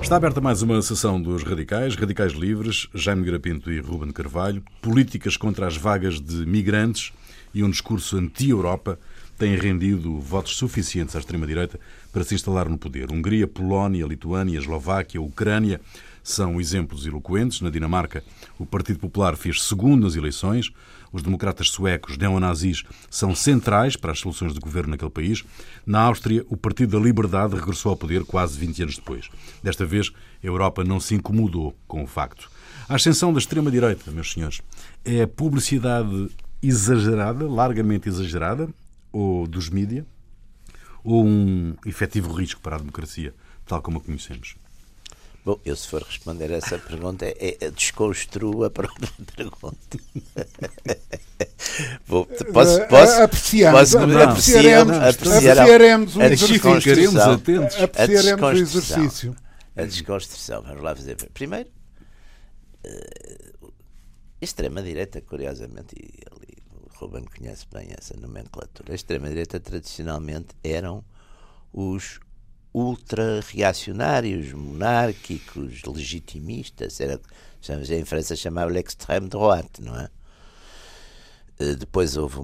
Está aberta mais uma sessão dos Radicais Livres, Jaime Nogueira Pinto e Rúben Carvalho. Políticas contra as vagas de migrantes e um discurso anti-Europa têm rendido votos suficientes à extrema-direita para se instalar no poder. Hungria, Polónia, Lituânia, Eslováquia, Ucrânia são exemplos eloquentes. Na Dinamarca, o Partido Popular fez segundo nas eleições. Os democratas suecos neonazis são centrais para as soluções de governo naquele país. Na Áustria, o Partido da Liberdade regressou ao poder quase 20 anos depois. Desta vez, a Europa não se incomodou com o facto. A ascensão da extrema-direita, meus senhores, é publicidade exagerada, largamente exagerada, ou dos mídia, ou um efetivo risco para a democracia, tal como a conhecemos? Bom, eu se for responder a essa pergunta, desconstruo a própria pergunta. Apreciaremos o exercício. A desconstrução, vamos lá fazer. Primeiro, a extrema-direita, curiosamente, e ali o Ruben conhece bem essa nomenclatura, a extrema-direita tradicionalmente eram os ultra-reacionários, monárquicos, legitimistas, em França chamava l'extrême droite, não é? Depois houve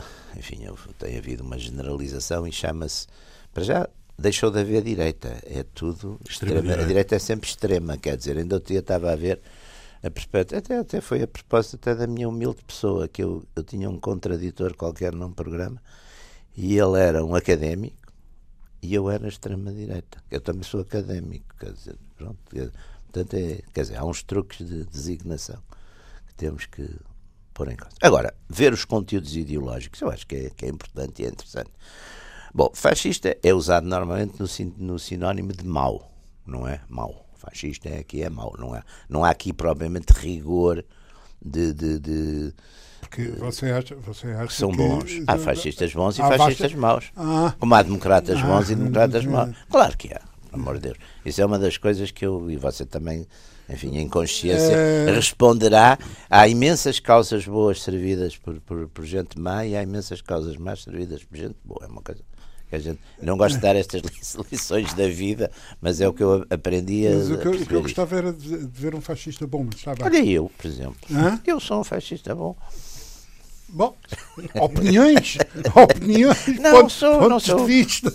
tem havido uma generalização e chama-se, para já deixou de haver direita, é tudo extrema. A direita é sempre extrema, quer dizer, ainda outro dia estava a ver a perspectiva, até foi a propósito até da minha humilde pessoa, que eu tinha um contraditor qualquer num programa e ele era um académico e eu era extrema-direita. Eu também sou académico, quer dizer, pronto. Portanto, há uns truques de designação que temos que pôr em conta. Agora, ver os conteúdos ideológicos, eu acho que é importante e é interessante. Bom, fascista é usado normalmente no sinónimo de mau, não é? Mau. Fascista aqui é mau, não há aqui propriamente rigor de porque você acha que são bons. Há fascistas bons e fascistas maus. Como há democratas bons e democratas maus. Claro que há, pelo amor de Deus. Isso é uma das coisas que e você também, enfim, em consciência, responderá. Há imensas causas boas servidas por gente má e há imensas causas más servidas por gente boa. É uma coisa que a gente não gosta de dar estas lições da vida, mas é o que eu aprendi a Mas o que eu gostava era de ver um fascista bom, mas está bem. Olha eu, por exemplo. Eu sou um fascista bom. Bom, opiniões, não pontos sou. de vista,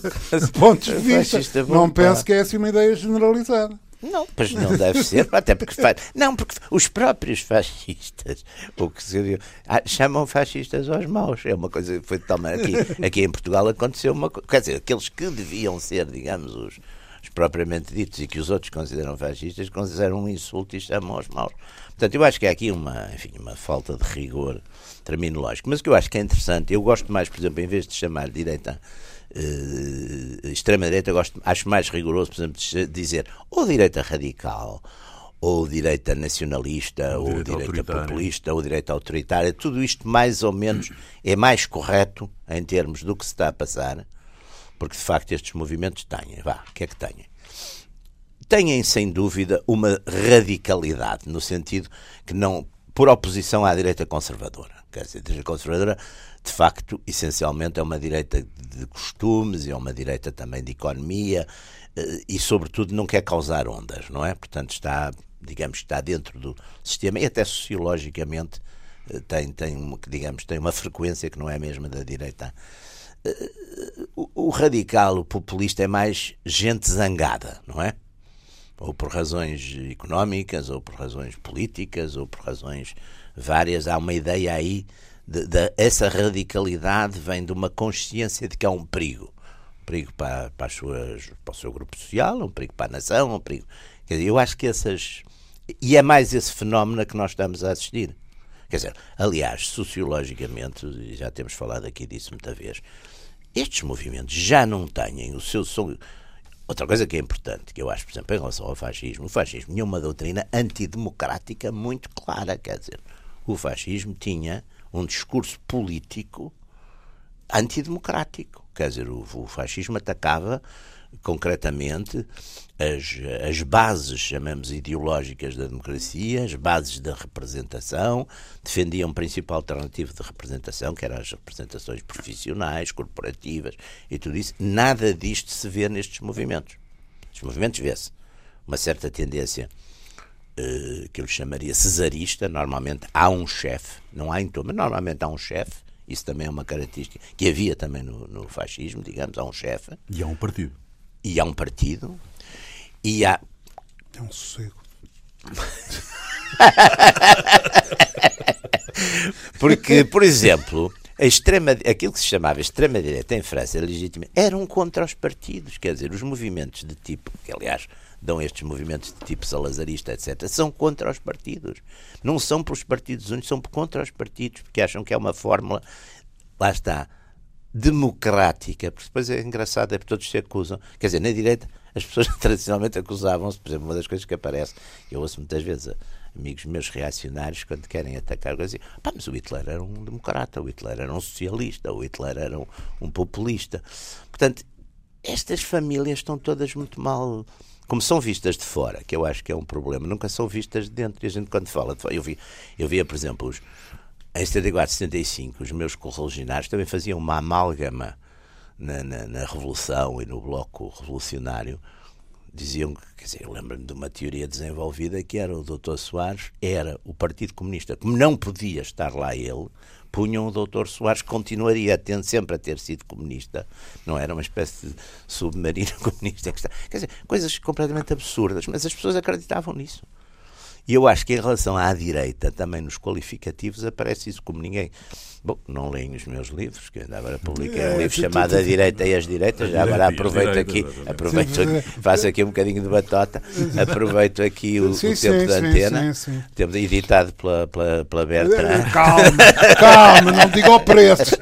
não penso que é assim uma ideia generalizada. Não, pois não deve ser, até porque porque os próprios fascistas, o que seria, chamam fascistas aos maus. É uma coisa que foi de tal maneira aqui em Portugal aconteceu uma coisa, quer dizer, aqueles que deviam ser, digamos, os propriamente ditos e que os outros consideram fascistas, consideram um insulto e chamam aos maus. Portanto, eu acho que há aqui uma falta de rigor terminológico. Mas o que eu acho que é interessante, eu gosto mais, por exemplo, em vez de chamar direita extrema-direita, acho mais rigoroso, por exemplo, de dizer ou direita radical, ou direita nacionalista, ou direita populista, ou direita autoritária. Tudo isto mais ou menos é mais correto em termos do que se está a passar, porque de facto estes movimentos têm, o que é que têm? Têm sem dúvida uma radicalidade, no sentido que não, por oposição à direita conservadora. Quer dizer, a direita conservadora, de facto, essencialmente é uma direita de costumes, é uma direita também de economia e, sobretudo, não quer causar ondas, não é? Portanto, está dentro do sistema e até sociologicamente tem uma frequência que não é a mesma da direita. O radical, o populista é mais gente zangada, não é? Ou por razões económicas, ou por razões políticas, ou por razões várias. Há uma ideia aí essa radicalidade vem de uma consciência de que há um perigo para o seu grupo social, um perigo para a nação, um perigo. Quer dizer, eu acho que e é mais esse fenómeno a que nós estamos a assistir. Quer dizer, aliás, sociologicamente, e já temos falado aqui disso muita vez, estes movimentos já não têm o seu som. Outra coisa que é importante, que eu acho, por exemplo, em relação ao fascismo, o fascismo tinha uma doutrina antidemocrática muito clara, quer dizer, o fascismo tinha um discurso político antidemocrático, quer dizer, o fascismo atacava concretamente as bases, chamamos ideológicas da democracia, as bases da representação, defendia um princípio alternativo de representação, que eram as representações profissionais, corporativas e tudo isso. Nada disto se vê nestes movimentos. Estes movimentos vê-se uma certa tendência que eu lhe chamaria cesarista. Normalmente há um chefe, não há em todo, mas normalmente há um chefe. Isso também é uma característica que havia também no fascismo, digamos, há um chefe. E há um partido. E há um partido. E há... É um sossego. Porque, por exemplo, aquilo que se chamava extrema-direita em França, legitimamente, eram contra os partidos. Quer dizer, os movimentos de tipo, que aliás dão estes movimentos de tipo salazarista, etc., são contra os partidos. Não são pelos partidos únicos, são contra os partidos, porque acham que é uma fórmula, lá está, democrática. Porque depois é engraçado, é porque todos se acusam. Quer dizer, na direita, as pessoas tradicionalmente acusavam-se, por exemplo, uma das coisas que aparece, eu ouço muitas vezes amigos meus reacionários, quando querem atacar, dizem, mas o Hitler era um democrata, o Hitler era um socialista, o Hitler era um populista. Portanto, estas famílias estão todas muito mal, como são vistas de fora, que eu acho que é um problema, nunca são vistas de dentro. E a gente, quando fala de fora, eu via, por exemplo, em 74, 75, os meus correligionários também faziam uma amálgama na Revolução e no Bloco Revolucionário. Diziam, quer dizer, eu lembro-me de uma teoria desenvolvida que era o Dr. Soares, era o Partido Comunista, como não podia estar lá ele, punham o Dr. Soares, que continuaria sempre a ter sido comunista, não era uma espécie de submarino comunista. Quer dizer, coisas completamente absurdas, mas as pessoas acreditavam nisso. E eu acho que em relação à direita, também nos qualificativos, aparece isso como ninguém. Bom, não leem os meus livros, que ainda agora publiquei um livro chamado A Direita e as Direitas, já agora aproveito aqui, faço aqui um bocadinho de batota, aproveito aqui o tempo da antena, tempo editado pela Bertrand. Calma, não diga o preço.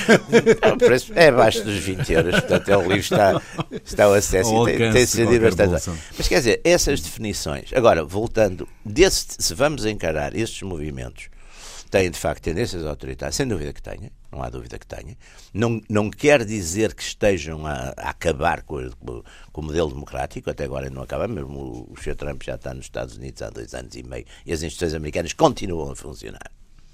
O preço é abaixo dos 20 euros, portanto o livro está ao acesso e tem sido bastante. Mas quer dizer, essas definições, agora voltando, se vamos encarar estes movimentos, têm de facto tendências autoritárias, sem dúvida que tenham, não há dúvida que tenham. Não quer dizer que estejam a acabar com o modelo democrático, até agora não acaba, mesmo o Sr. Trump já está nos Estados Unidos há 2 anos e meio e as instituições americanas continuam a funcionar.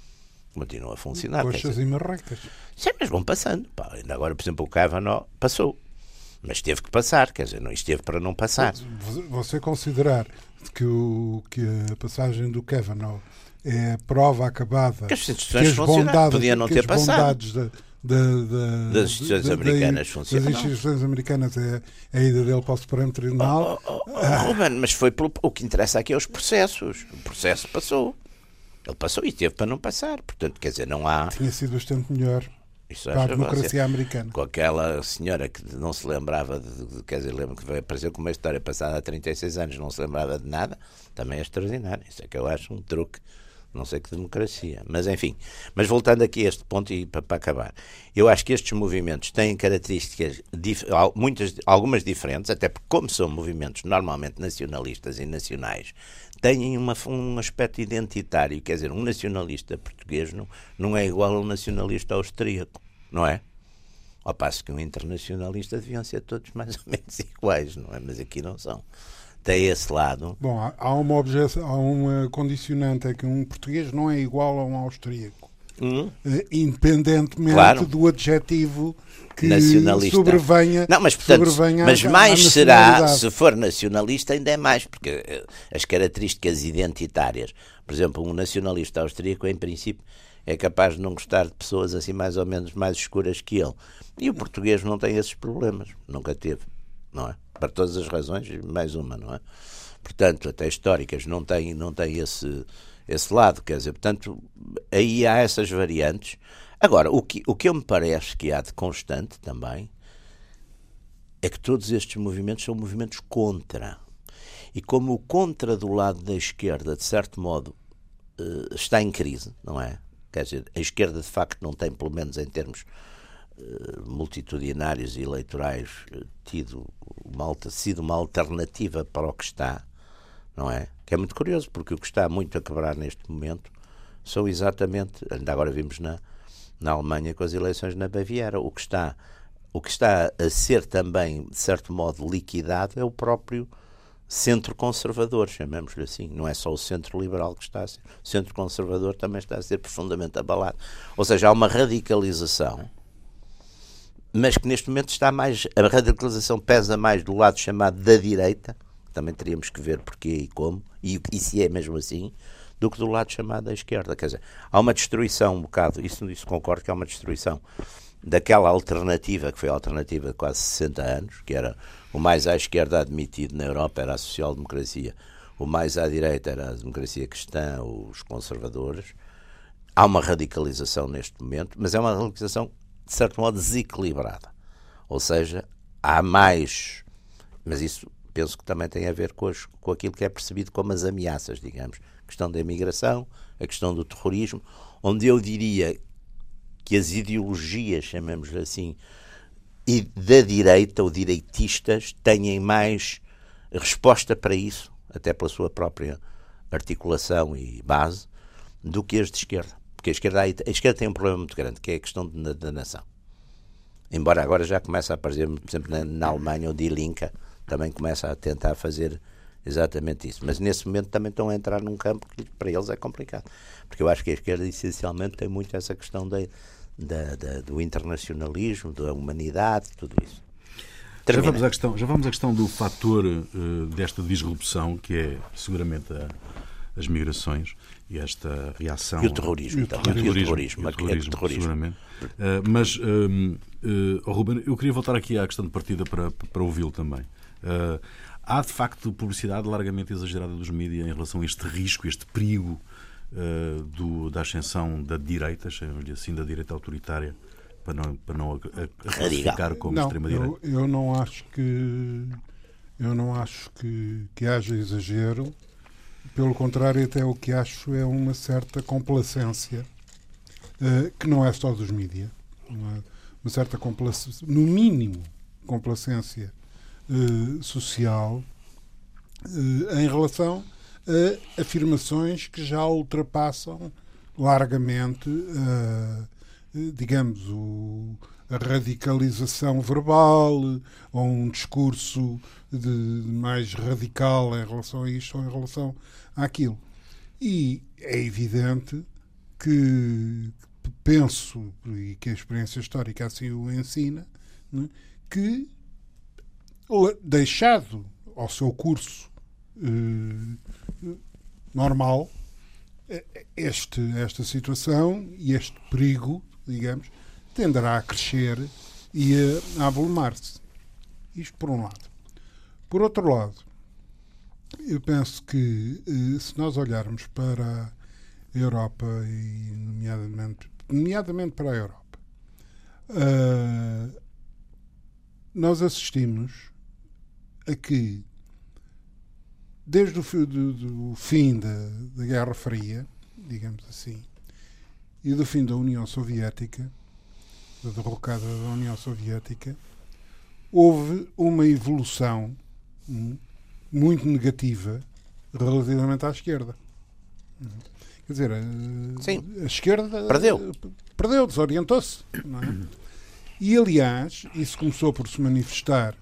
Coxas e marrecas. Sim, mas vão passando. Ainda agora, por exemplo, o Kavanaugh passou. Mas teve que passar, quer dizer, não esteve para não passar. Você considerar que a passagem do Kavanaugh é a prova acabada que as instituições funcionaram, podiam não ter passado. Das instituições americanas funcionam. Das instituições americanas é a ida dele para o Supremo Tribunal. Ruben, mas foi o que interessa aqui é os processos. O processo passou. Ele passou e teve para não passar. Portanto, quer dizer, não há... Tinha sido bastante melhor para a democracia americana. Com aquela senhora que não se lembrava quer dizer, lembro que apareceu com uma história passada há 36 anos, não se lembrava de nada, também é extraordinário. Isso é que eu acho um truque. Não sei que democracia, mas enfim. Mas voltando aqui a este ponto e para acabar, eu acho que estes movimentos têm características, algumas diferentes, até porque como são movimentos normalmente nacionalistas e nacionais, têm um aspecto identitário, quer dizer, um nacionalista português não é igual a um nacionalista austríaco, não é? Ao passo que um internacionalista deviam ser todos mais ou menos iguais, não é? Mas aqui não são. Tem esse lado. Bom, há uma objeção, há uma condicionante, é que um português não é igual a um austríaco. Independentemente do adjetivo que sobrevenha. Não, mas portanto, mas mais será, se for nacionalista, ainda é mais, porque as características identitárias, por exemplo, um nacionalista austríaco, em princípio, é capaz de não gostar de pessoas assim mais ou menos mais escuras que ele. E o português não tem esses problemas, nunca teve, não é? Para todas as razões, mais uma, não é? Portanto, até históricas, não tem esse lado, quer dizer, portanto, aí há essas variantes. Agora, o que eu me parece que há de constante também é que todos estes movimentos são movimentos contra. E como o contra do lado da esquerda, de certo modo, está em crise, não é? Quer dizer, a esquerda de facto não tem, pelo menos em termos multitudinários e eleitorais, sido uma alternativa para o que está, não é? Que é muito curioso, porque o que está muito a quebrar neste momento são exatamente, ainda agora vimos na Alemanha com as eleições na Baviera, o que está a ser também, de certo modo, liquidado é o próprio centro conservador, chamemos-lhe assim. Não é só o centro liberal que está a ser, o centro conservador também está a ser profundamente abalado. Ou seja, há uma radicalização, mas que neste momento está mais, a radicalização pesa mais do lado chamado da direita, também teríamos que ver porquê e como, e se é mesmo assim, do que do lado chamado à esquerda. Quer dizer, há uma destruição um bocado, isso concordo que há uma destruição daquela alternativa, que foi a alternativa de quase 60 anos, que era o mais à esquerda admitido na Europa, era a social-democracia, o mais à direita era a democracia cristã, os conservadores. Há uma radicalização neste momento, mas é uma radicalização, de certo modo, desequilibrada. Ou seja, há mais... Mas isso penso que também tem a ver com aquilo que é percebido como as ameaças, digamos. A questão da imigração, a questão do terrorismo, onde eu diria que as ideologias, chamemos-lhe assim, e da direita ou direitistas têm mais resposta para isso, até pela sua própria articulação e base, do que as de esquerda. Porque a esquerda tem um problema muito grande, que é a questão da nação. Embora agora já comece a aparecer, por exemplo, na Alemanha, o Die Linke também começa a tentar fazer exatamente isso. Mas nesse momento também estão a entrar num campo que para eles é complicado. Porque eu acho que a esquerda essencialmente tem muito essa questão do internacionalismo, da humanidade, tudo isso. Já vamos à questão do fator desta disrupção, que é seguramente as migrações e esta reação... E o terrorismo. Seguramente. Mas, Ruben, eu queria voltar aqui à questão de partida para ouvi-lo também. Há, de facto, publicidade largamente exagerada dos mídias em relação a este risco, este perigo da ascensão da direita, chamamos-lhe assim, da direita autoritária, para não a classificar como extrema-direita? Eu não acho que haja exagero. Pelo contrário, até o que acho é uma certa complacência, que não é só dos mídias, uma certa complacência, no mínimo complacência social, em relação a afirmações que já ultrapassam largamente, digamos, a radicalização verbal, ou um discurso mais radical em relação a isto ou em relação àquilo. E é evidente que penso, e que a experiência histórica assim o ensina, né, que deixado ao seu curso normal, esta situação e este perigo, digamos, tenderá a crescer e a avolumar-se. Isto por um lado. Por outro lado, eu penso que se nós olharmos para a Europa e nomeadamente para a Europa, nós assistimos a que desde o fim da Guerra Fria, digamos assim, e do fim da União Soviética, da derrocada da União Soviética, houve uma evolução muito negativa relativamente à esquerda. Quer dizer, a esquerda perdeu, desorientou-se. Não é? E, aliás, isso começou por se manifestar,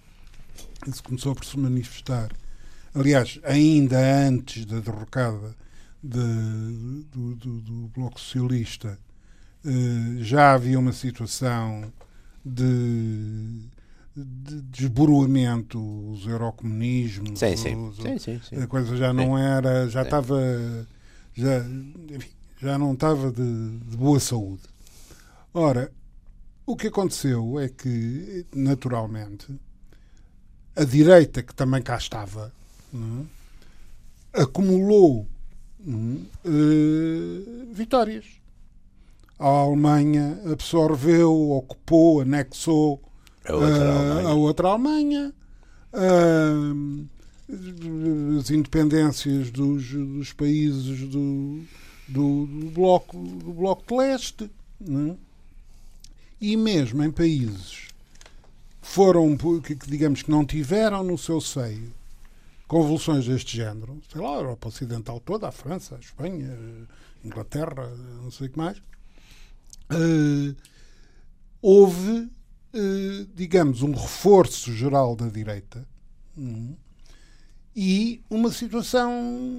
aliás, ainda antes da derrocada do Bloco Socialista, já havia uma situação de desboroamento, os eurocomunismos, a coisa já não era, já estava, já não estava de boa saúde. Ora, o que aconteceu é que, naturalmente, a direita, que também cá estava, acumulou vitórias. A Alemanha absorveu, ocupou, anexou a outra Alemanha, as independências dos países do Bloco de Leste, né? E mesmo em países que digamos que não tiveram no seu seio convulsões deste género, sei lá, a Europa Ocidental toda, a França, a Espanha, a Inglaterra, não sei o que mais, houve, digamos, um reforço geral da direita e uma situação,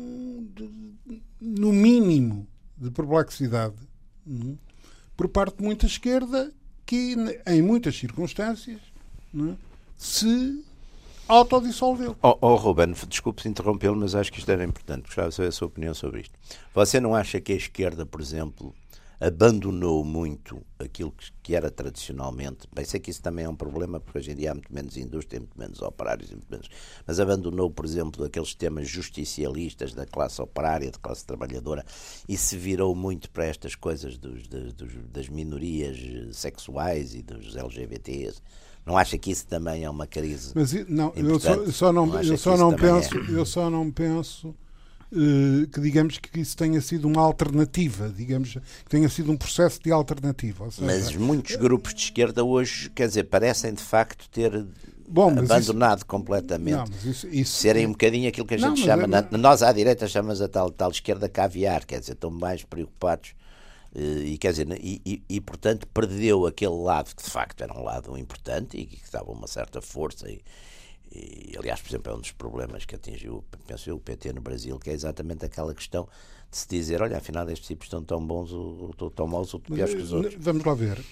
no mínimo, de perplexidade por parte de muita esquerda que, em muitas circunstâncias, se autodissolveu. Ruben, desculpe interrompê-lo, mas acho que isto era importante. Gostava de saber a sua opinião sobre isto. Você não acha que a esquerda, por exemplo, abandonou muito aquilo que era tradicionalmente? Bem, sei que isso também é um problema, porque hoje em dia há muito menos indústria, muito menos operários, muito menos, mas abandonou, por exemplo, aqueles temas justicialistas da classe operária, da classe trabalhadora, e se virou muito para estas coisas das minorias sexuais e dos LGBTs. Não acha que isso também é uma crise? Mas não, eu só não penso que digamos que isso tenha sido uma alternativa, digamos que tenha sido um processo de alternativa. Ou seja, mas muitos grupos de esquerda hoje, quer dizer, parecem de facto ter abandonado completamente, não, mas isso serem um bocadinho aquilo que a gente chama, nós à direita chamamos a tal esquerda caviar, quer dizer, estão mais preocupados e quer dizer, portanto perdeu aquele lado que de facto era um lado importante e que dava uma certa força e aliás, por exemplo, é um dos problemas que atingiu, penso eu, o PT no Brasil, que é exatamente aquela questão de se dizer, olha, afinal estes tipos estão tão bons ou tão maus ou piores que os outros. Vamos lá ver.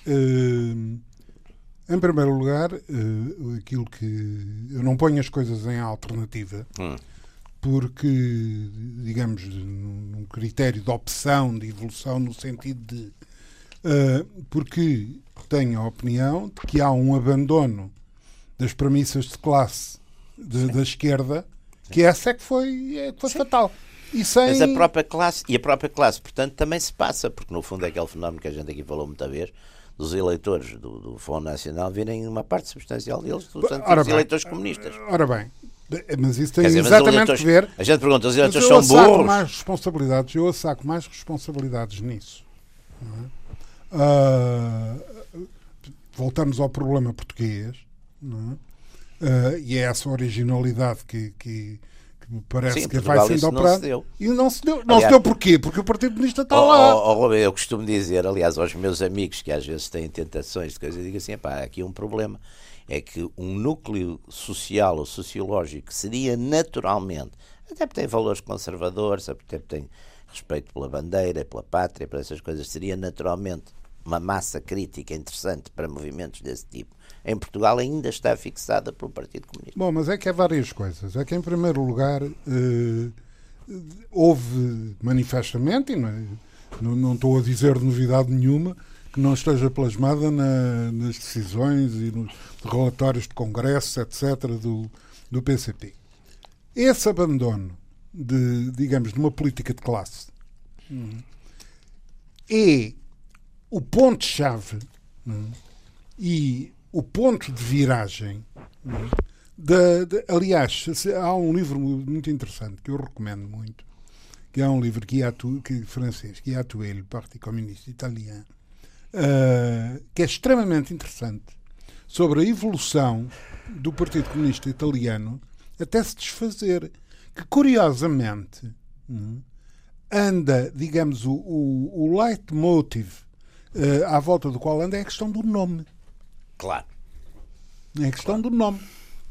Em primeiro lugar, aquilo que eu não ponho as coisas em alternativa, porque, digamos, num critério de opção, de evolução, no sentido de porque tenho a opinião de que há um abandono das premissas de classe da esquerda, que essa é que foi fatal. Mas a própria classe, portanto, também se passa, porque no fundo é aquele fenómeno que a gente aqui falou muita vez, dos eleitores do Fundo Nacional virem uma parte substancial deles dos eleitores comunistas. Ora bem, mas isso tem exatamente a ver... A gente pergunta, os eleitores são burros? Eu saco mais responsabilidades nisso. Não é? Voltamos ao problema português, não é? E é essa originalidade que me parece que vai sendo operada. E não se deu. Não se deu porquê? Porque o Partido Comunista está lá. Eu costumo dizer, aliás, aos meus amigos que às vezes têm tentações de coisas, eu digo assim, há aqui um problema. É que um núcleo social ou sociológico seria naturalmente, até porque tem valores conservadores, até porque tem respeito pela bandeira, pela pátria, por essas coisas, seria naturalmente uma massa crítica interessante para movimentos desse tipo. Em Portugal ainda está fixada pelo Partido Comunista. Bom, mas é que há várias coisas. É que, em primeiro lugar, houve manifestamente, e não estou a dizer novidade nenhuma, que não esteja plasmada nas decisões e nos relatórios de congressos, etc., do PCP. Esse abandono digamos, de uma política de classe é o ponto-chave e o ponto de viragem. Aliás, há um livro muito interessante que eu recomendo muito, que é um livro francês, que é Le Parti Communiste Italien, que é extremamente interessante, sobre a evolução do Partido Comunista Italiano até se desfazer, que curiosamente anda, digamos, o leitmotiv à volta do qual anda é a questão do nome. Claro. É a questão do nome.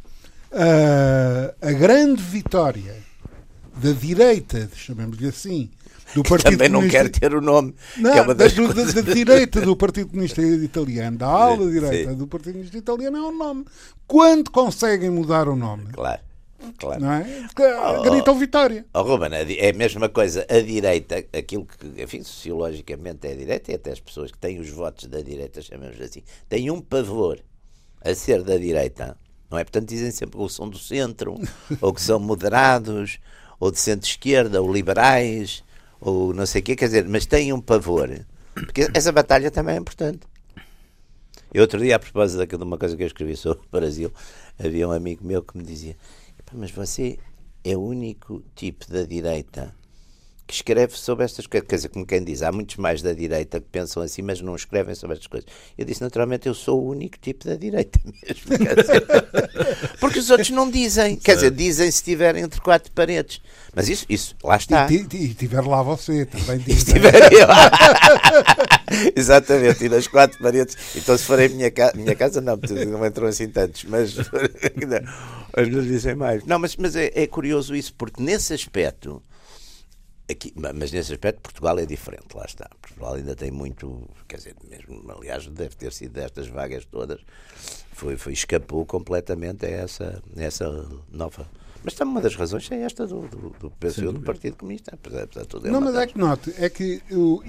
A grande vitória da direita, chamemos-lhe assim, do Partido também não Comunista... quer ter o nome. Não, que é uma das da direita do Partido Comunista Italiano, da ala direita do Partido Comunista Italiano, é o nome. Quando conseguem mudar o nome... Claro. Não é? Gritam vitória. Ruben, é a mesma coisa. A direita, aquilo que, enfim, sociologicamente é a direita, e até as pessoas que têm os votos da direita, chamamos assim, têm um pavor a ser da direita, não é? Portanto, dizem sempre que são do centro, ou que são moderados, ou de centro-esquerda, ou liberais, ou não sei o quê, quer dizer, mas têm um pavor, porque essa batalha também é importante. E outro dia, a propósito de uma coisa que eu escrevi sobre o Brasil, havia um amigo meu que me dizia: mas você é o único tipo da direita que escreve sobre estas coisas. Quer dizer, como quem diz, há muitos mais da direita que pensam assim, mas não escrevem sobre estas coisas. Eu disse, naturalmente, eu sou o único tipo da direita mesmo. Quer dizer, porque os outros não dizem. Quer dizer, dizem se estiverem entre quatro paredes. Mas isso lá está. E estiver lá você, também diz. Estiver eu. Exatamente, e nas quatro paredes. Então, se for em minha casa, não entram assim tantos, mas as pessoas dizem mais. Não, mas é curioso isso, porque nesse aspecto Aqui, mas nesse aspecto Portugal é diferente, lá está. Portugal ainda tem muito, quer dizer, mesmo, aliás, deve ter sido destas vagas todas, escapou completamente a essa nova. Mas também uma das razões é esta do PSU, do Partido Comunista. Apesar de tudo, não, mas é que note, é que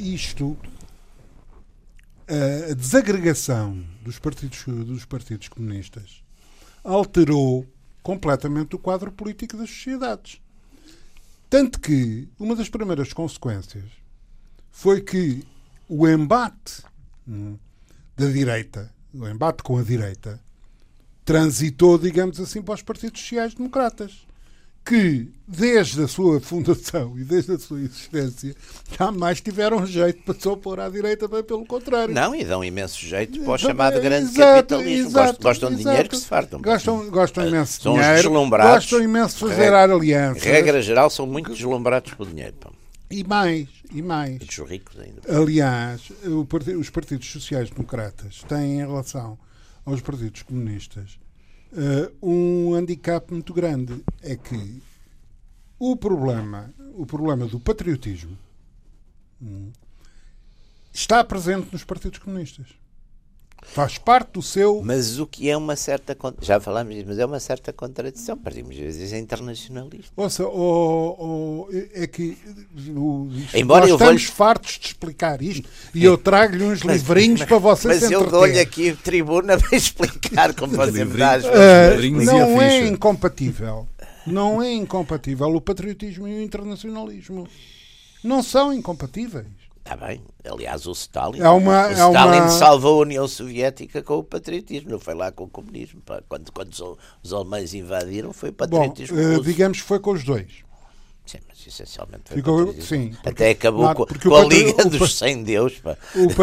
a desagregação dos partidos comunistas alterou completamente o quadro político das sociedades. Tanto que uma das primeiras consequências foi que o embate da direita, o embate com a direita, transitou, digamos assim, para os partidos sociais-democratas, que desde a sua fundação e desde a sua existência jamais tiveram jeito para se opor à direita, bem pelo contrário. Não, e dão imenso jeito para o chamado grande capitalismo. Gostam de dinheiro que se fartam. Gostam imenso de são dinheiro. Deslumbrados. Gostam imenso de fazer alianças. Regra geral, são muito deslumbrados pelo dinheiro. Pá. E mais. E dos ricos ainda. Aliás, os partidos sociais-democratas têm, em relação aos partidos comunistas, um handicap muito grande. É que o problema do patriotismo está presente nos partidos comunistas. Faz parte do seu... Mas o que é uma certa... Já falámos disso, mas é uma certa contradição. Partimos às vezes é internacionalista. Ouça, é que embora nós estamos fartos de explicar isto e eu trago-lhe uns livrinhos para vocês se entreter. Mas eu dou-lhe aqui tribuna para explicar como você me dá. Não é incompatível. Não é incompatível o patriotismo e o internacionalismo. Não são incompatíveis. Está bem. Aliás, o Stalin salvou a União Soviética com o patriotismo. Não foi lá com o comunismo. Quando os alemães invadiram, foi o patriotismo russo. Digamos que foi com os dois. Sim, mas essencialmente foi o patriotismo. Sim, porque, até acabou com a Liga dos Sem Deus. Pá. O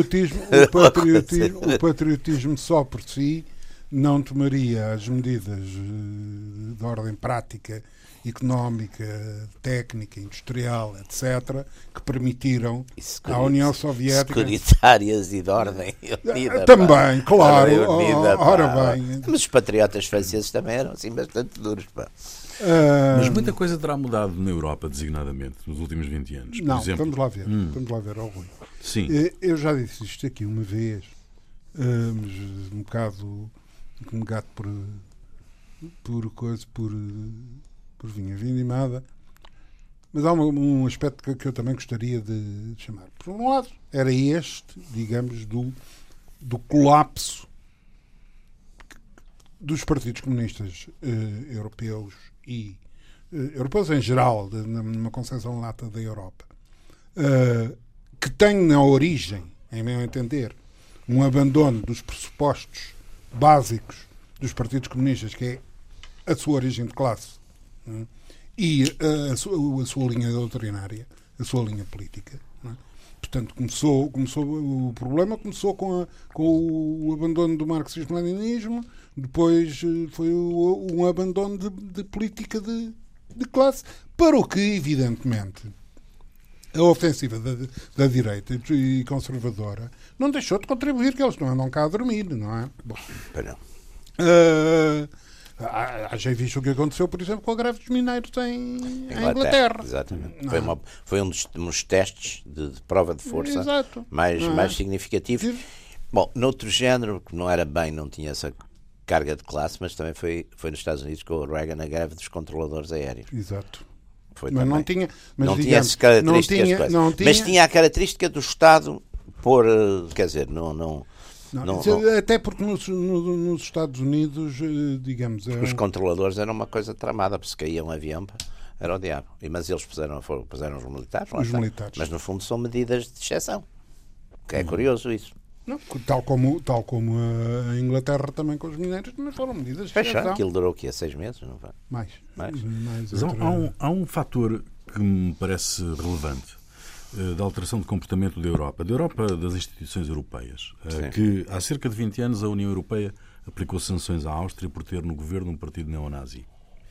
patriotismo só por si não tomaria as medidas de ordem prática, económica, técnica, industrial, etc., que permitiram à União Soviética... Securitárias e de ordem unida. Também, claro. Ora bem. Mas os patriotas franceses também eram assim bastante duros. Pá. Mas muita coisa terá mudado na Europa, designadamente, nos últimos 20 anos. Por exemplo, vamos lá ver. Vamos lá ver, Rui. Sim. Eu já disse isto aqui uma vez, um bocado por vinha vindimada, mas há um aspecto que eu também gostaria de chamar. Por um lado, era este, digamos, do colapso dos partidos comunistas europeus e europeus em geral, numa concepção lata da Europa, que tem na origem, em meu entender, um abandono dos pressupostos básicos dos partidos comunistas, que é a sua origem de classe e a sua linha doutrinária, a sua linha política. Portanto, o problema começou com o abandono do marxismo-leninismo, depois foi um abandono de política de classe, para o que, evidentemente, a ofensiva da direita e conservadora não deixou de contribuir, que eles não andam cá a dormir, não é? Bom, já visto o que aconteceu, por exemplo, com a greve dos mineiros em Inglaterra. Exatamente. Foi um dos testes de prova de força mais significativos. Bom, noutro género, que não tinha essa carga de classe, mas também foi nos Estados Unidos com o Reagan a greve dos controladores aéreos. Exato. Mas não tinha essas características. Mas tinha a característica do Estado pôr, quer dizer, não, até porque nos Estados Unidos, digamos... Os controladores eram uma coisa tramada, porque se caía um avião, era o diabo. Mas eles puseram os militares. Mas no fundo são medidas de exceção. Que é curioso isso. Não, tal como a Inglaterra também com os mineiros, mas foram medidas de exceção. Aquilo durou o quê? 6 meses? Não foi? Mais. Mas há um fator que me parece relevante da alteração de comportamento da Europa, das instituições europeias, que há cerca de 20 anos a União Europeia aplicou sanções à Áustria por ter no governo um partido neonazi.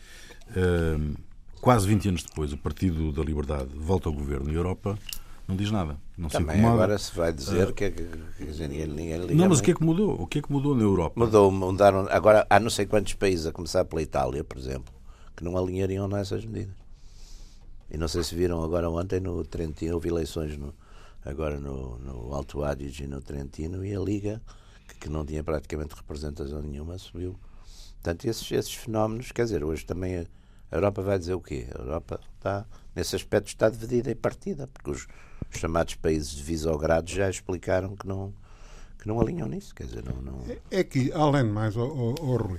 Quase 20 anos depois, o Partido da Liberdade volta ao governo e a Europa não diz nada. Não se também incomoda. Agora se vai dizer que ninguém liga. Não, mas o que é que mudou? O que é que mudou na Europa? Mudaram. Agora há não sei quantos países, a começar pela Itália, por exemplo, que não alinhariam nessas medidas. E não sei se viram agora ontem no Trentino, houve eleições agora no Alto Adige e no Trentino, e a Liga, que não tinha praticamente representação nenhuma, subiu. Portanto, esses fenómenos, quer dizer, hoje também a Europa vai dizer o quê? A Europa está, nesse aspecto, está dividida e partida, porque os chamados países de Visegrado já explicaram que não alinham nisso, quer dizer, não... É que, além de mais, Rui,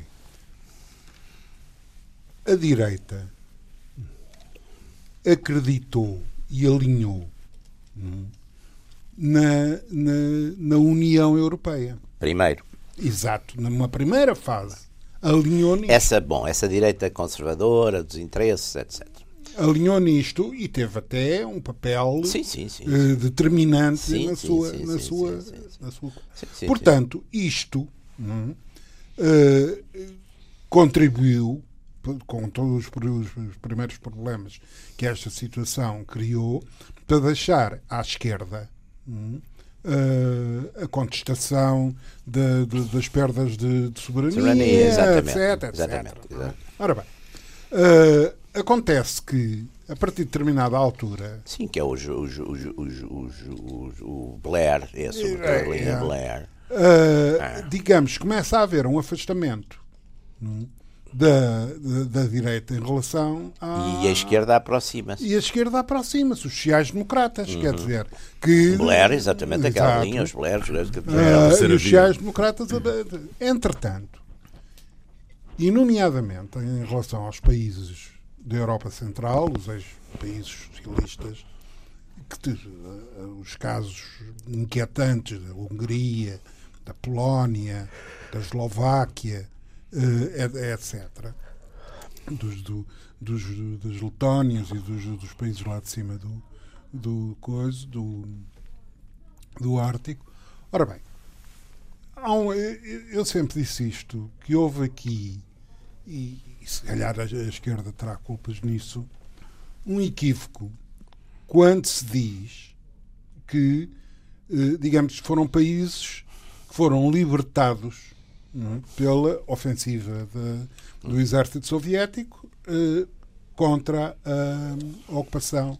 a direita acreditou e alinhou na União Europeia. Primeiro. Exato, numa primeira fase. Alinhou nisto. Essa direita conservadora, dos interesses, etc. Alinhou nisto e teve até um papel determinante na sua. Portanto, isto contribuiu, com todos os primeiros problemas que esta situação criou, para deixar à esquerda a contestação das perdas de soberania, etc. Ora bem, acontece que, a partir de determinada altura... Sim, que é o Blair, o Blair. Digamos, começa a haver um afastamento da direita em relação E a esquerda aproxima-se. E a esquerda aproxima-se, os sociais-democratas, quer dizer, que... Blair, exatamente, aquela linha, os Blair, e os sociais-democratas, entretanto, e nomeadamente em relação aos países da Europa Central, os ex-países socialistas, os casos inquietantes da Hungria, da Polónia, da Eslováquia, etc., das Letónias e dos países lá de cima do Ártico. Ora bem, eu sempre disse isto, que houve aqui, e se calhar a esquerda terá culpas nisso, um equívoco quando se diz que, digamos, foram países que foram libertados pela ofensiva do exército soviético contra a ocupação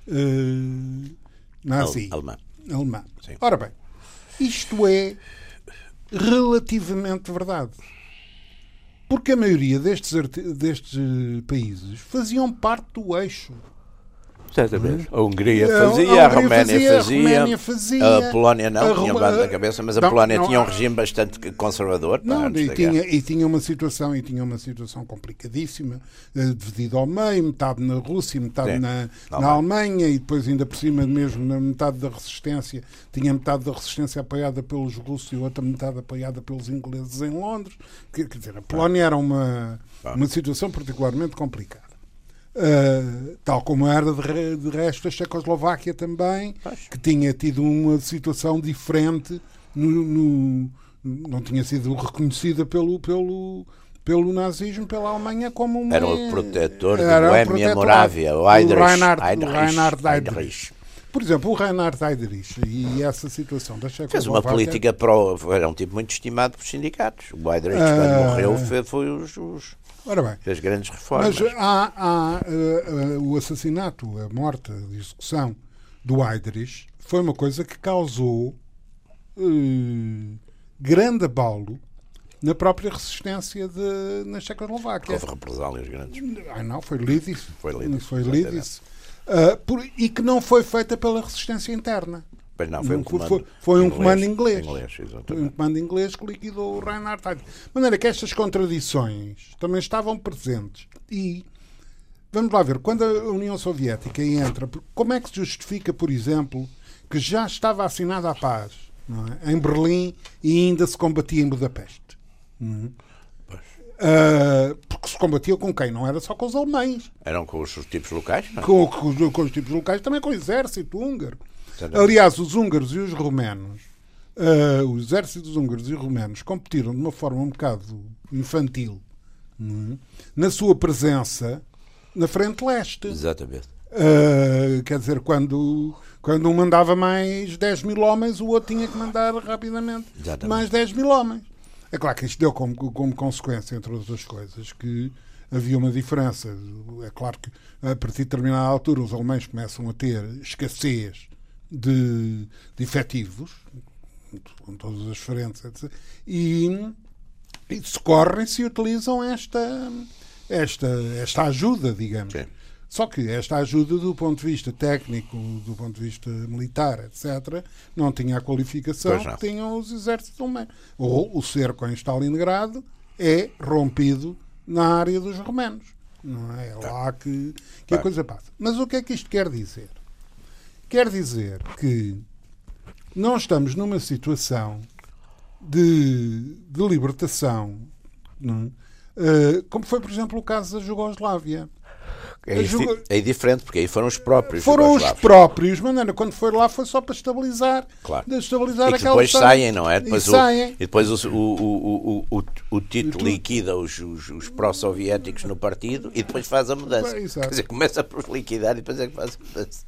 nazi alemã. Sim. Ora bem, isto é relativamente verdade, porque a maioria destes países faziam parte do eixo. Exatamente. A Hungria fazia, a Roménia fazia, a Polónia não, tinha bando na cabeça, mas a Polónia tinha um regime bastante conservador. E tinha uma situação complicadíssima, dividida ao meio, metade na Rússia, metade na Alemanha, e depois ainda por cima mesmo na metade da resistência, tinha metade da resistência apoiada pelos russos e outra metade apoiada pelos ingleses em Londres. Quer dizer, a Polónia era uma situação particularmente complicada. Tal como era de resto a Checoslováquia também, que tinha tido uma situação diferente, não tinha sido reconhecida pelo nazismo, pela Alemanha como uma... Era o protetor de Boémia Morávia, o Reinhard Heydrich. Por exemplo, o Reinhard Heydrich e essa situação da Checoslováquia... Fez uma política era um tipo muito estimado por sindicatos. O Heydrich, quando morreu, foi Ora bem, fez grandes reformas. Mas há o assassinato, a morte, a execução do Heydrich foi uma coisa que causou grande abalo na própria resistência na Checoslováquia. Houve represálias grandes. Não, foi Lídice. Foi Lídice. E que não foi feita pela resistência interna. Pois não, foi um comando inglês. Foi um comando inglês que liquidou o Reinhard Heydrich. De maneira que estas contradições também estavam presentes. E vamos lá ver, quando a União Soviética entra, como é que se justifica, por exemplo, que já estava assinada a paz, não é? Em Berlim, e ainda se combatia em Budapeste? Porque se combatia com quem? Não era só com os alemães. Eram com os tipos locais? Não? Com os tipos locais, também com o exército húngaro. Aliás, os húngaros e os romenos, os exércitos húngaros e romenos competiram de uma forma um bocado infantil na sua presença na frente leste. Exatamente. Quer dizer, quando um mandava mais 10 mil homens, o outro tinha que mandar rapidamente mais 10 mil homens. É claro que isto deu como consequência, entre outras coisas, que havia uma diferença. É claro que a partir de determinada altura os alemães começam a ter escassez de efetivos, com todas as frentes, etc. E socorrem-se e utilizam esta ajuda, digamos. Sim. Só que esta ajuda, do ponto de vista técnico, do ponto de vista militar, etc., não tinha a qualificação que tinham os exércitos alemães. Ou o cerco em Stalingrado é rompido na área dos romanos. Não é lá que a coisa passa. Mas o que é que isto quer dizer? Quer dizer que não estamos numa situação de libertação, não é? Como foi, por exemplo, o caso da Jugoslávia. É diferente, porque aí foram os próprios. Foram os próprios, mas quando foi lá foi só para estabilizar. Claro. Estabilizar e que aquela depois saem, não é? Depois saem. E depois o Tito liquida os pró-soviéticos no partido e depois faz a mudança. Quer dizer, começa por os liquidar e depois é que faz a mudança.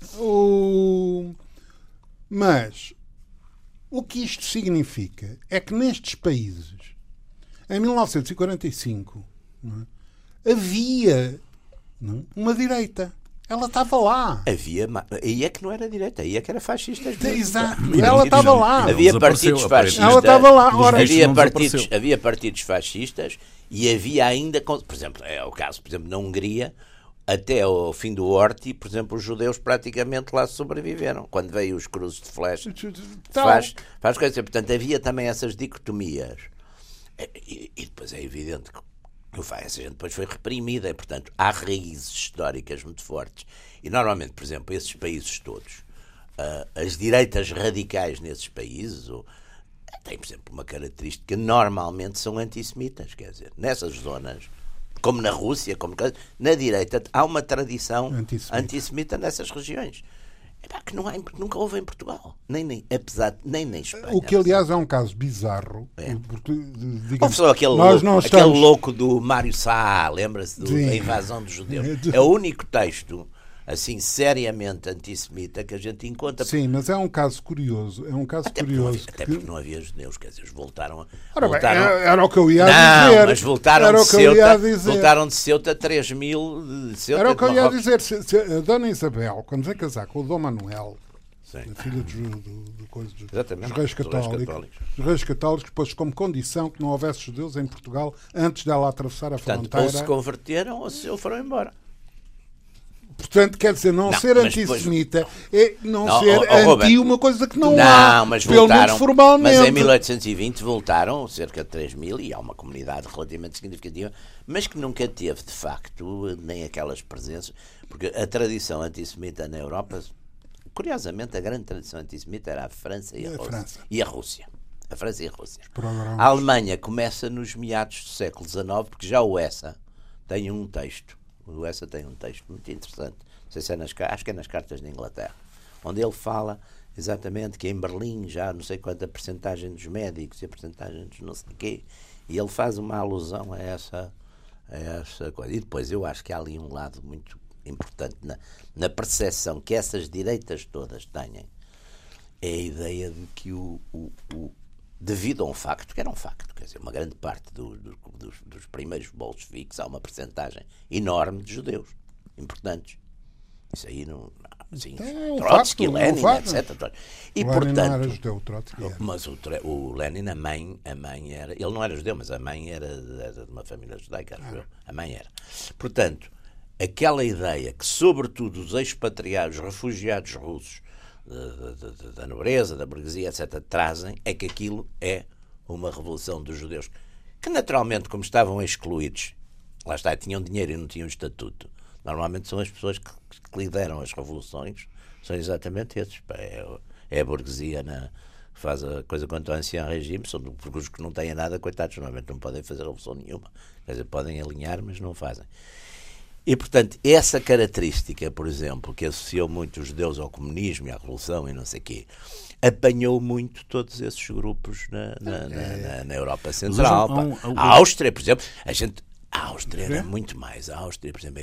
Mas o que isto significa é que nestes países, em 1945, não é, havia uma direita. Ela estava lá. Aí é que não era direita, aí é que era fascista. Exato. Ela estava lá. Havia partidos fascistas. Ela estava lá. Ora, havia partidos fascistas e havia ainda, por exemplo, é o caso, por exemplo, na Hungria, até ao fim do Horthy, por exemplo, os judeus praticamente lá sobreviveram. Quando veio os cruzes de flecha, faz coisa. Portanto, havia também essas dicotomias. E depois é evidente que essa gente depois foi reprimida e, portanto, há raízes históricas muito fortes. E, normalmente, por exemplo, esses países todos, as direitas radicais nesses países têm, por exemplo, uma característica, normalmente são antissemitas. Quer dizer, nessas zonas, como na Rússia, na direita, há uma tradição antissemita nessas regiões. Que nunca houve em Portugal, nem na Espanha. O que, aliás, é um caso bizarro. Porque, digamos, só aquele louco do Mário Sá, lembra-se da invasão dos judeus. É o único texto, assim, seriamente antissemita que a gente encontra. Sim, mas é um caso curioso. Até porque não havia judeus, quer dizer, eles voltaram. Era o que eu ia dizer. Mas voltaram de Ceuta a 3 mil de Ceuta. Era o que eu ia dizer. A Dona Isabel, quando veio casar com o Dom Manuel, a filha dos reis católicos, os reis católicos pôs como condição que não houvesse judeus em Portugal antes dela atravessar a fronteira. Ou se converteram ou se foram embora. Portanto, quer dizer, ser antissemita é ser anti uma coisa que não há, mas pelo menos formalmente. Mas em 1820 voltaram cerca de 3 mil, e há uma comunidade relativamente significativa, mas que nunca teve, de facto, nem aquelas presenças, porque a tradição antissemita na Europa, curiosamente, a grande tradição antissemita era a França e a Rússia. A França e a Rússia. A Alemanha começa nos meados do século XIX, porque já o Essa tem um texto. O Essa tem um texto muito interessante, não sei se acho que é nas Cartas de Inglaterra, onde ele fala exatamente que em Berlim já não sei quanta percentagem dos médicos e a percentagem dos não sei o quê, e ele faz uma alusão a essa coisa. E depois eu acho que há ali um lado muito importante na percepção que essas direitas todas têm, é a ideia de que devido a um facto, que era um facto, quer dizer, uma grande parte dos primeiros bolcheviques, há uma percentagem enorme de judeus importantes. Isso aí não. Assim, Trotsky, Lenin, etc. E, portanto, não era judeu, Trotsky era. Mas o Lenin, a mãe era. Ele não era judeu, mas a mãe era de uma família judaica, acho eu. A mãe era. Portanto, aquela ideia que, sobretudo, os expatriados, refugiados russos, da nobreza, da burguesia, etc., trazem, é que aquilo é uma revolução dos judeus, que naturalmente, como estavam excluídos, lá está, tinham dinheiro e não tinham estatuto. Normalmente são as pessoas que lideram as revoluções, são exatamente esses. É a burguesia que faz a coisa contra o ancião regime, são porque os que não têm nada, coitados, normalmente não podem fazer revolução nenhuma. Quer dizer, podem alinhar, mas não fazem. E, portanto, essa característica, por exemplo, que associou muito os judeus ao comunismo e à revolução e não sei o quê, apanhou muito todos esses grupos na Europa Central. A Áustria, por exemplo, a Áustria era muito mais. A Áustria, por exemplo,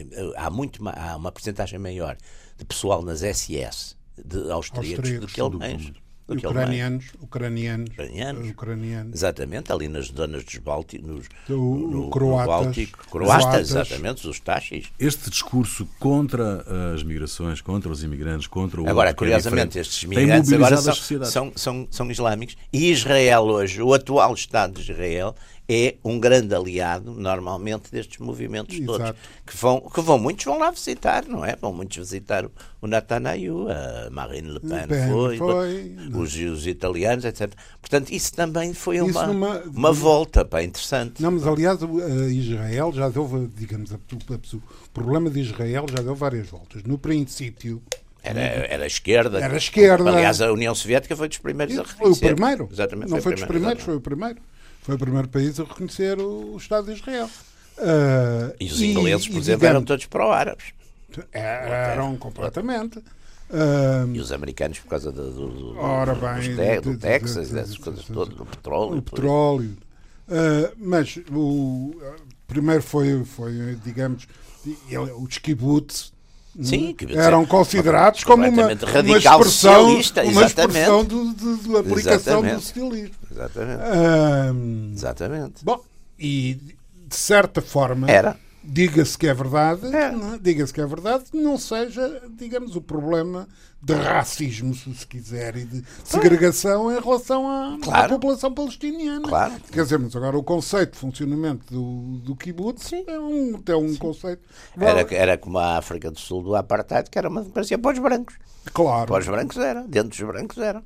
há uma percentagem maior de pessoal nas SS de austríacos do que alemães. Ucranianos. Exatamente, ali nas zonas dos Bálticos, no croatas, Báltico. Croatas, exatamente, os taxis. Este discurso contra as migrações, contra os imigrantes, contra o Agora, outro, curiosamente, estes imigrantes agora são islâmicos. E Israel hoje, o atual Estado de Israel, é um grande aliado, normalmente, destes movimentos todos. Que vão, muitos vão lá visitar, não é? Vão muitos visitar o Netanyahu, a Marine Le Pen foi. Os italianos, etc. Portanto, isso também foi uma volta interessante. Não, mas aliás, Israel já deu, digamos, o problema de Israel já deu várias voltas. No princípio... Era a esquerda. Era a esquerda. Aliás, a União Soviética foi dos primeiros a reconhecer. Foi o primeiro. Exatamente. Não foi dos primeiros, foi o primeiro. Foi o primeiro país a reconhecer o Estado de Israel. E os ingleses, por exemplo, eram todos pró-árabes. Eram completamente. E os americanos, por causa do Texas, dessas coisas todas, do petróleo. O petróleo. Mas primeiro foi, digamos, os kibbutz. Sim, eram considerados como uma expressão de aplicação do socialismo. Exatamente. Bom, e de certa forma diga-se que é verdade, não seja, digamos, o problema de racismo, se quiser, e de segregação em relação à população palestiniana. Claro. Quer dizer, mas agora o conceito de funcionamento do kibbutz é um conceito... Era como a África do Sul do Apartheid, que era uma democracia para os brancos. Claro. Para os brancos era, dentro dos brancos era.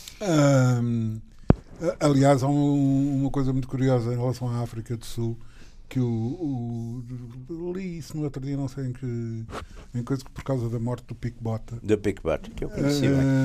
Aliás, há uma coisa muito curiosa em relação à África do Sul, que li isso no outro dia, não sei em coisa, que por causa da morte do Pik Botha. Do Pik Botha, que eu conheci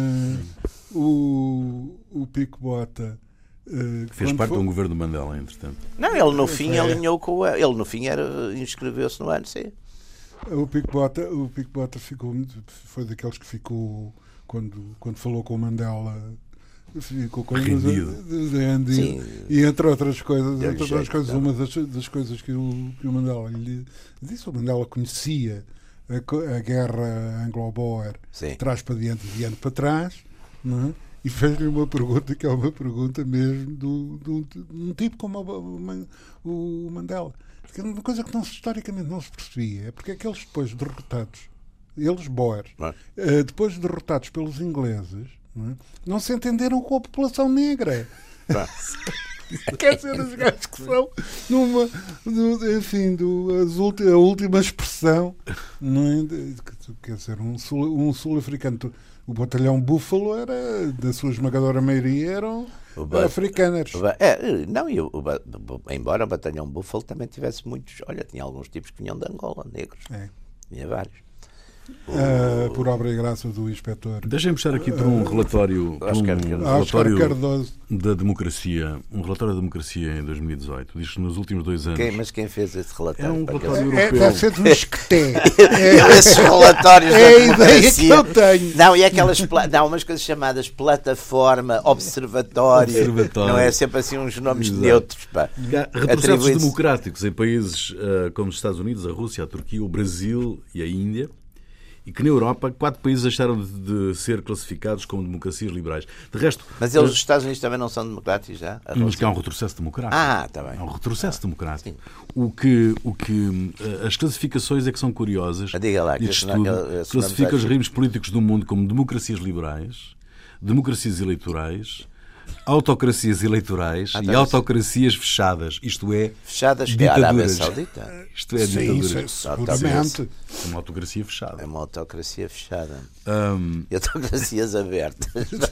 o Pik Botha fez parte de um governo de Mandela, entretanto. Não, ele no fim alinhou com ele no fim inscreveu-se no ANC. O Pik Botha foi daqueles que ficou quando falou com o Mandela. Ficou com rendido. E entre outras coisas, uma das coisas que o Mandela lhe disse, o Mandela conhecia a guerra anglo-boer de trás para diante e diante para trás, não é? E fez-lhe uma pergunta que é uma pergunta mesmo de um tipo como o Mandela. Porque é uma coisa que historicamente não se percebia, é porque é que eles depois derrotados, eles boers, depois derrotados pelos ingleses, não se entenderam com a população negra. Quer dizer, os gajos que são a última expressão, não é? Quer dizer, um sul-africano. O batalhão Búfalo era, da sua esmagadora maioria, eram africanos. Embora o batalhão Búfalo também tivesse muitos. Olha, tinha alguns tipos que vinham de Angola, negros. Tinha vários. Por obra e graça do inspetor. Deixem-me puxar aqui para um relatório, da democracia, um relatório da democracia em 2018. Diz que nos últimos 2 anos. Mas quem fez esse relatório? É um relatório europeu. Deve ser do Esqueté. Esses relatórios da democracia. Que eu tenho. Não, e aquelas umas coisas chamadas plataforma, observatório. Não é sempre assim uns nomes neutros. Retrocessos democráticos em países como os Estados Unidos, a Rússia, a Turquia, o Brasil e a Índia. E que na Europa 4 países deixaram de ser classificados como democracias liberais. De resto, mas os Estados Unidos também não são democráticos já? Mas que há um retrocesso democrático. Está bem. Há um retrocesso democrático. O que as classificações é que são curiosas. Diga lá, classifica os regimes políticos do mundo como democracias liberais, democracias eleitorais, autocracias eleitorais e autocracias fechadas. Isto é, fechadas ditaduras. Que é a Arábia Saudita. Isto é ditaduras. Seguramente. É uma autocracia fechada. É uma autocracia fechada. E autocracias abertas.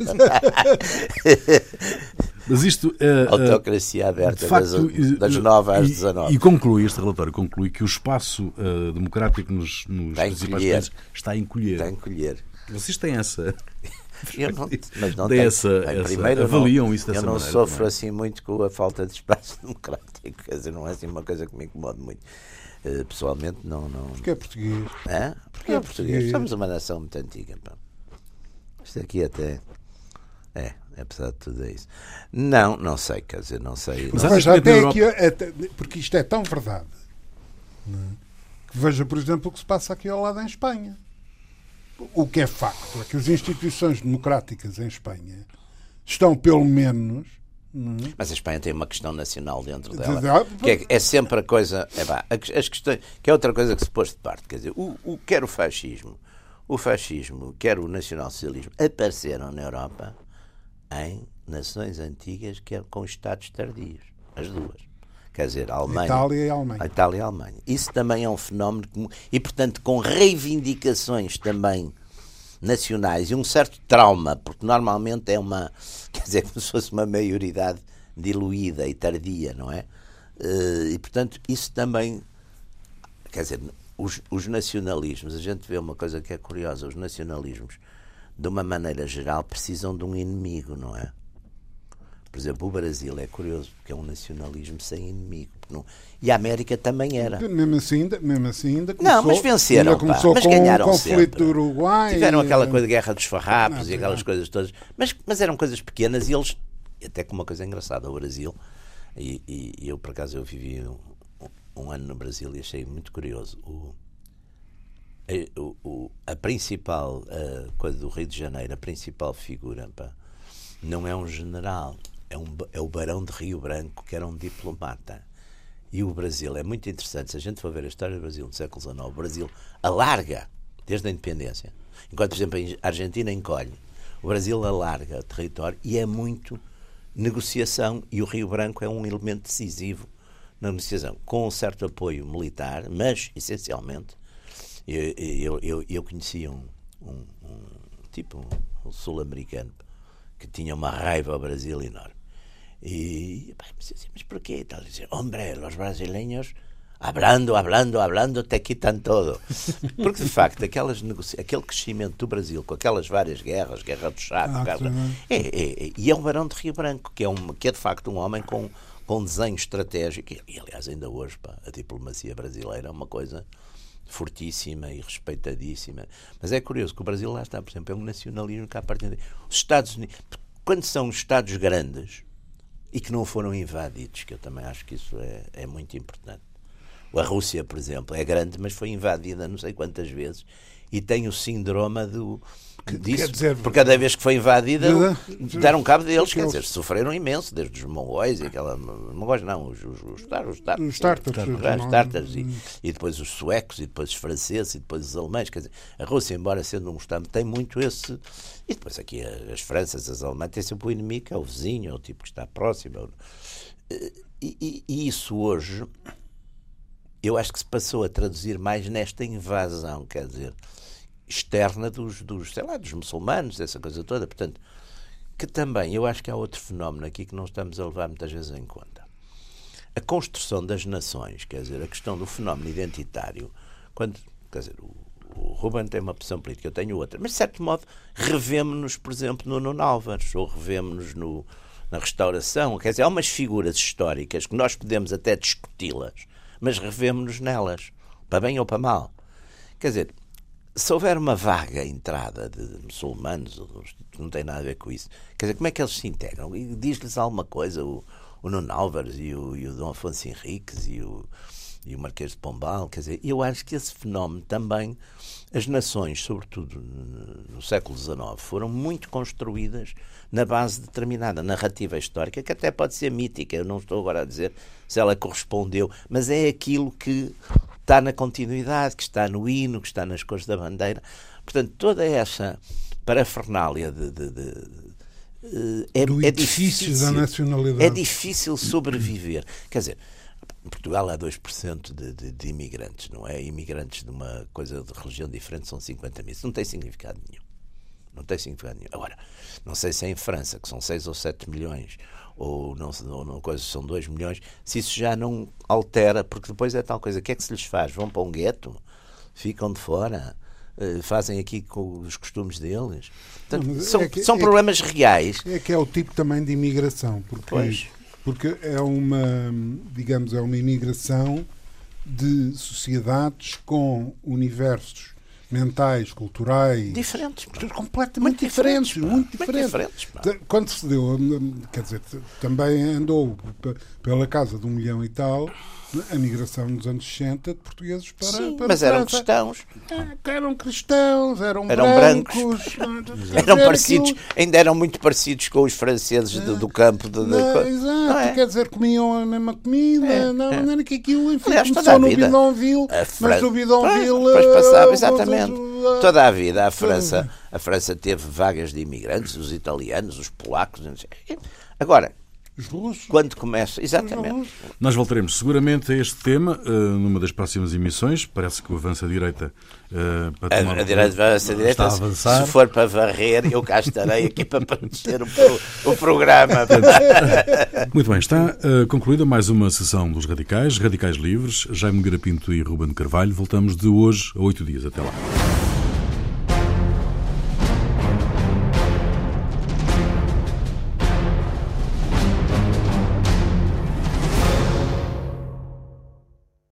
Mas isto autocracia aberta das 9 às 19. E conclui, este relatório conclui que o espaço democrático nos principais países está a encolher. Está a encolher. Vocês têm essa... Mas não tem. Primeiro, avaliam isso dessa maneira. Eu não maneira, sofro assim muito com a falta de espaço democrático. Quer dizer, não é assim uma coisa que me incomoda muito. Pessoalmente, não. Porque é português. Porque é português. Somos uma nação muito antiga. Pá. Isto aqui até. Apesar de tudo isso. Não sei, quer dizer, não sei. Mas veja, porque isto é tão verdade. Que veja, por exemplo, o que se passa aqui ao lado em Espanha. O que é facto é que as instituições democráticas em Espanha estão pelo menos... Mas a Espanha tem uma questão nacional dentro dela, que é sempre a coisa... as questões, que é outra coisa que se pôs de parte. Quer dizer, quer o fascismo, quer o nacionalsocialismo, apareceram na Europa em nações antigas, quer com estados tardios. As duas. Quer dizer, a Alemanha... Itália e Alemanha. Isso também é um fenómeno comum. E, portanto, com reivindicações também nacionais e um certo trauma, porque normalmente é uma... Quer dizer, como se fosse uma maioridade diluída e tardia, não é? E, portanto, isso também... Quer dizer, os nacionalismos, a gente vê uma coisa que é curiosa, os nacionalismos, de uma maneira geral, precisam de um inimigo, não é? Por exemplo, o Brasil é curioso, porque é um nacionalismo sem inimigo. Não... E a América também era. Mesmo assim ainda começou, não, mas venceram, ainda começou mas com ganharam o conflito sempre. do Uruguai. Tiveram aquela coisa da Guerra dos Farrapos e aquelas coisas todas. Mas eram coisas pequenas e eles... Até com uma coisa engraçada, o Brasil... E eu, por acaso, eu vivi um ano no Brasil e achei muito curioso. A principal coisa do Rio de Janeiro, a principal figura, não é um general... É o Barão de Rio Branco, que era um diplomata. E o Brasil é muito interessante. Se a gente for ver a história do Brasil no século XIX, o Brasil alarga desde a independência. Enquanto, por exemplo, a Argentina encolhe, o Brasil alarga o território e é muito negociação. E o Rio Branco é um elemento decisivo na negociação, com um certo apoio militar, mas, essencialmente, eu conhecia um sul-americano que tinha uma raiva ao Brasil enorme. E mas porquê? E tal, dice, hombre, los brasileños hablando te quitan todo. Porque de facto aquele crescimento do Brasil com aquelas várias guerras, Guerra do Chaco, e é um Barão de Rio Branco, que é de facto um homem com desenho estratégico, e aliás ainda hoje a diplomacia brasileira é uma coisa fortíssima e respeitadíssima. Mas é curioso que o Brasil, lá está, por exemplo, é um nacionalismo que, a partir de... Os Estados Unidos, quando são Estados grandes e que não foram invadidos, que eu também acho que isso é muito importante. A Rússia, por exemplo, é grande, mas foi invadida não sei quantas vezes e tem o síndrome disso, porque cada vez que foi invadida deram cabo deles, quer dizer, sofreram imenso, desde os mongóis e aquela... Mongóis não, os tártaros e depois os suecos e depois os franceses e depois os alemães, quer dizer, a Rússia, embora sendo um Estado, tem muito esse... E depois aqui as Franças, as Alemãs, têm sempre o inimigo, que é o vizinho, é o tipo que está próximo. E isso hoje... Eu acho que se passou a traduzir mais nesta invasão, quer dizer, externa dos muçulmanos, essa coisa toda. Portanto, que também, eu acho que há outro fenómeno aqui que não estamos a levar muitas vezes em conta. A construção das nações, quer dizer, a questão do fenómeno identitário, quer dizer, o Ruben tem uma posição política, eu tenho outra, mas de certo modo revemo-nos, por exemplo, no Nuno Álvares, ou revemo-nos na Restauração, quer dizer, há umas figuras históricas que nós podemos até discuti-las, mas revemo-nos nelas, para bem ou para mal. Quer dizer, se houver uma vaga entrada de muçulmanos, não tem nada a ver com isso, quer dizer, como é que eles se integram? E diz-lhes alguma coisa o Nuno Álvares e o Dom Afonso Henriques e o Marquês de Pombal, quer dizer, eu acho que esse fenómeno também, as nações, sobretudo no século XIX, foram muito construídas na base de determinada narrativa histórica, que até pode ser mítica, eu não estou agora a dizer se ela correspondeu, mas é aquilo que está na continuidade, que está no hino, que está nas cores da bandeira. Portanto, toda essa parafernália é difícil da nacionalidade. É difícil sobreviver. Quer dizer, em Portugal há 2% de imigrantes, não é? Imigrantes de uma coisa de religião diferente são 50 mil. Isso não tem significado nenhum. Não tem significado nenhum. Agora, não sei se é em França, que são 6 ou 7 milhões, ou não coisa, são 2 milhões, se isso já não altera, porque depois é tal coisa. O que é que se lhes faz? Vão para um gueto? Ficam de fora? Fazem aqui com os costumes deles? Portanto, são problemas reais. É que é o tipo também de imigração, porque é uma imigração de sociedades com universos mentais, culturais. Diferentes. Completamente diferentes. Muito diferentes. Quando se deu, quer dizer, também andou pela casa de 1 milhão e tal, a migração nos anos 60 de portugueses para mas para eram cristãos. Eram cristãos, eram brancos. Eram parecidos, ainda eram muito parecidos com os franceses do campo. Exato, quer dizer, comiam a mesma comida, não era que aquilo, enfim, aliás, começou no Bidonville, mas no Bidonville... Depois passava, exatamente. Toda a vida a França teve vagas de imigrantes, os italianos, os polacos. Agora, os russos. Quando começa, exatamente. Nós voltaremos seguramente a este tema numa das próximas emissões. Parece que o Avança-Direita está a avançar. Se for para varrer, eu cá estarei aqui para proteger o programa. Muito bem, está concluída mais uma sessão dos Radicais Livres. Jaime Nogueira Pinto e Ruben Carvalho. Voltamos de hoje a 8 dias. Até lá.